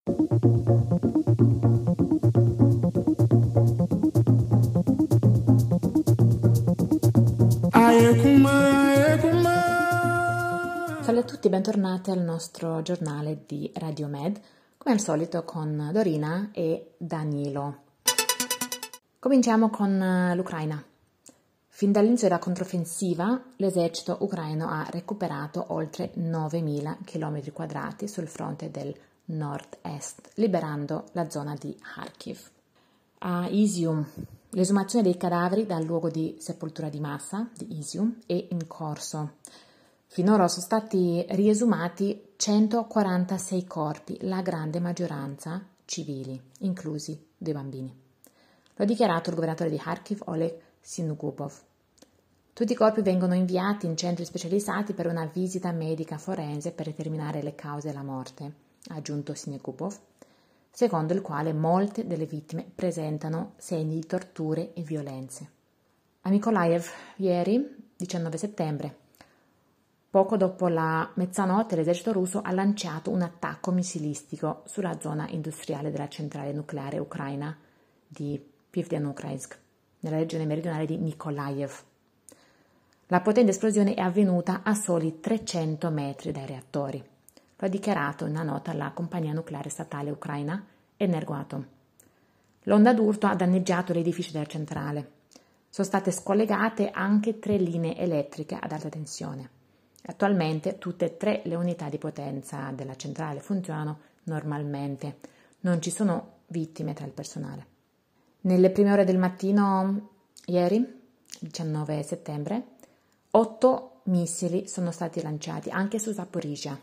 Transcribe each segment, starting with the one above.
Salve a tutti, bentornati al nostro giornale di Radio Med, come al solito con Dorina e Danilo. Cominciamo con l'Ucraina. Fin dall'inizio della controffensiva, l'esercito ucraino ha recuperato oltre 9.000 km² sul fronte del nord-est, liberando la zona di Kharkiv. A Izium, l'esumazione dei cadaveri dal luogo di sepoltura di massa di Izium è in corso. Finora sono stati riesumati 146 corpi, la grande maggioranza civili, inclusi dei bambini. Lo ha dichiarato il governatore di Kharkiv, Oleg Sinugubov. Tutti i corpi vengono inviati in centri specializzati per una visita medica forense per determinare le cause della morte, ha aggiunto Sinugubov, secondo il quale molte delle vittime presentano segni di torture e violenze. A Mykolaiv, ieri, 19 settembre, poco dopo la mezzanotte, l'esercito russo ha lanciato un attacco missilistico sulla zona industriale della centrale nucleare ucraina di Pivdennukhraysk, nella regione meridionale di Mykolaiv. La potente esplosione è avvenuta a soli 300 metri dai reattori. Lo ha dichiarato in una nota la compagnia nucleare statale ucraina Energoatom. L'onda d'urto ha danneggiato l'edificio della centrale. Sono state scollegate anche 3 linee elettriche ad alta tensione. Attualmente tutte e 3 le unità di potenza della centrale funzionano normalmente. Non ci sono vittime tra il personale. Nelle prime ore del mattino, ieri, 19 settembre, 8 missili sono stati lanciati anche su Zaporizhzhia,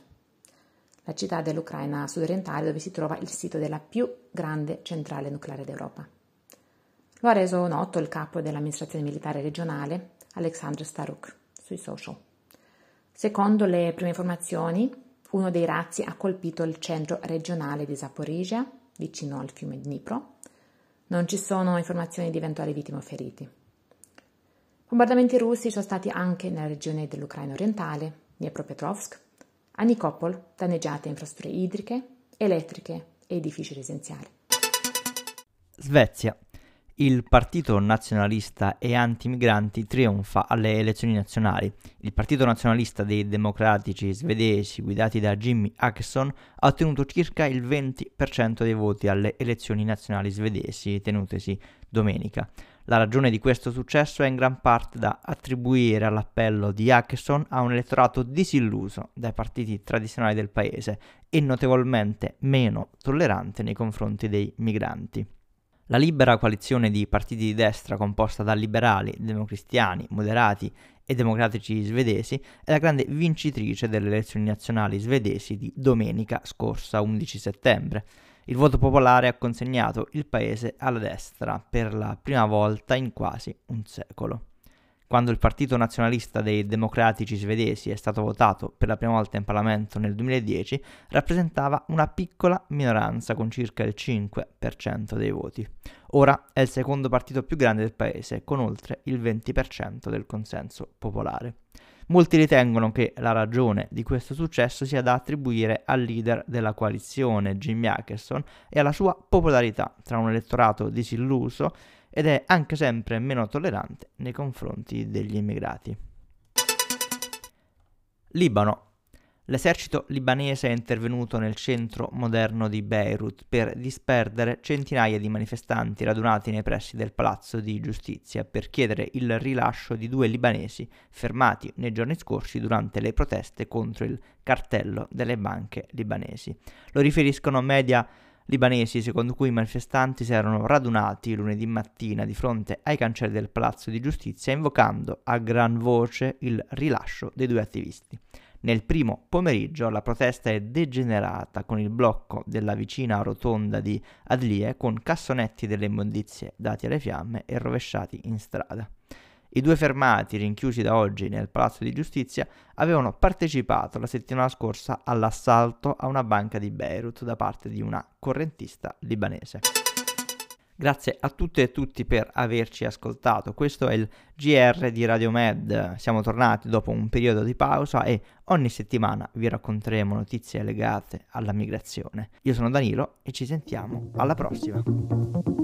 la città dell'Ucraina sudorientale dove si trova il sito della più grande centrale nucleare d'Europa. Lo ha reso noto il capo dell'amministrazione militare regionale, Alexandr Staruk, sui social. Secondo le prime informazioni, uno dei razzi ha colpito il centro regionale di Zaporizhzhia, vicino al fiume Dnipro. Non ci sono informazioni di eventuali vittime o feriti. Bombardamenti russi sono stati anche nella regione dell'Ucraina orientale, Dnipropetrovsk, a Nikopol, danneggiate infrastrutture idriche, elettriche e edifici residenziali. Svezia. Il partito nazionalista e anti-migranti trionfa alle elezioni nazionali. Il partito nazionalista dei democratici svedesi, guidati da Jimmy Åkesson, ha ottenuto circa il 20% dei voti alle elezioni nazionali svedesi tenutesi domenica. La ragione di questo successo è in gran parte da attribuire all'appello di Åkesson a un elettorato disilluso dai partiti tradizionali del paese e notevolmente meno tollerante nei confronti dei migranti. La libera coalizione di partiti di destra composta da liberali, democristiani, moderati e democratici svedesi è la grande vincitrice delle elezioni nazionali svedesi di domenica scorsa 11 settembre. Il voto popolare ha consegnato il paese alla destra per la prima volta in quasi un secolo. Quando il partito nazionalista dei democratici svedesi è stato votato per la prima volta in Parlamento nel 2010, rappresentava una piccola minoranza con circa il 5% dei voti. Ora è il secondo partito più grande del paese, con oltre il 20% del consenso popolare. Molti ritengono che la ragione di questo successo sia da attribuire al leader della coalizione, Jimmy Åkesson, e alla sua popolarità tra un elettorato disilluso ed è anche sempre meno tollerante nei confronti degli immigrati. Libano. L'esercito libanese è intervenuto nel centro moderno di Beirut per disperdere centinaia di manifestanti radunati nei pressi del palazzo di giustizia per chiedere il rilascio di 2 libanesi fermati nei giorni scorsi durante le proteste contro il cartello delle banche libanesi. Lo riferiscono media libanesi, secondo cui i manifestanti si erano radunati lunedì mattina di fronte ai cancelli del palazzo di giustizia invocando a gran voce il rilascio dei 2 attivisti. Nel primo pomeriggio la protesta è degenerata con il blocco della vicina rotonda di Adlie con cassonetti delle immondizie dati alle fiamme e rovesciati in strada. I 2 fermati, rinchiusi da oggi nel Palazzo di Giustizia, avevano partecipato la settimana scorsa all'assalto a una banca di Beirut da parte di una correntista libanese. Grazie a tutte e tutti per averci ascoltato. Questo è il GR di Radio Med. Siamo tornati dopo un periodo di pausa e ogni settimana vi racconteremo notizie legate alla migrazione. Io sono Danilo e ci sentiamo alla prossima.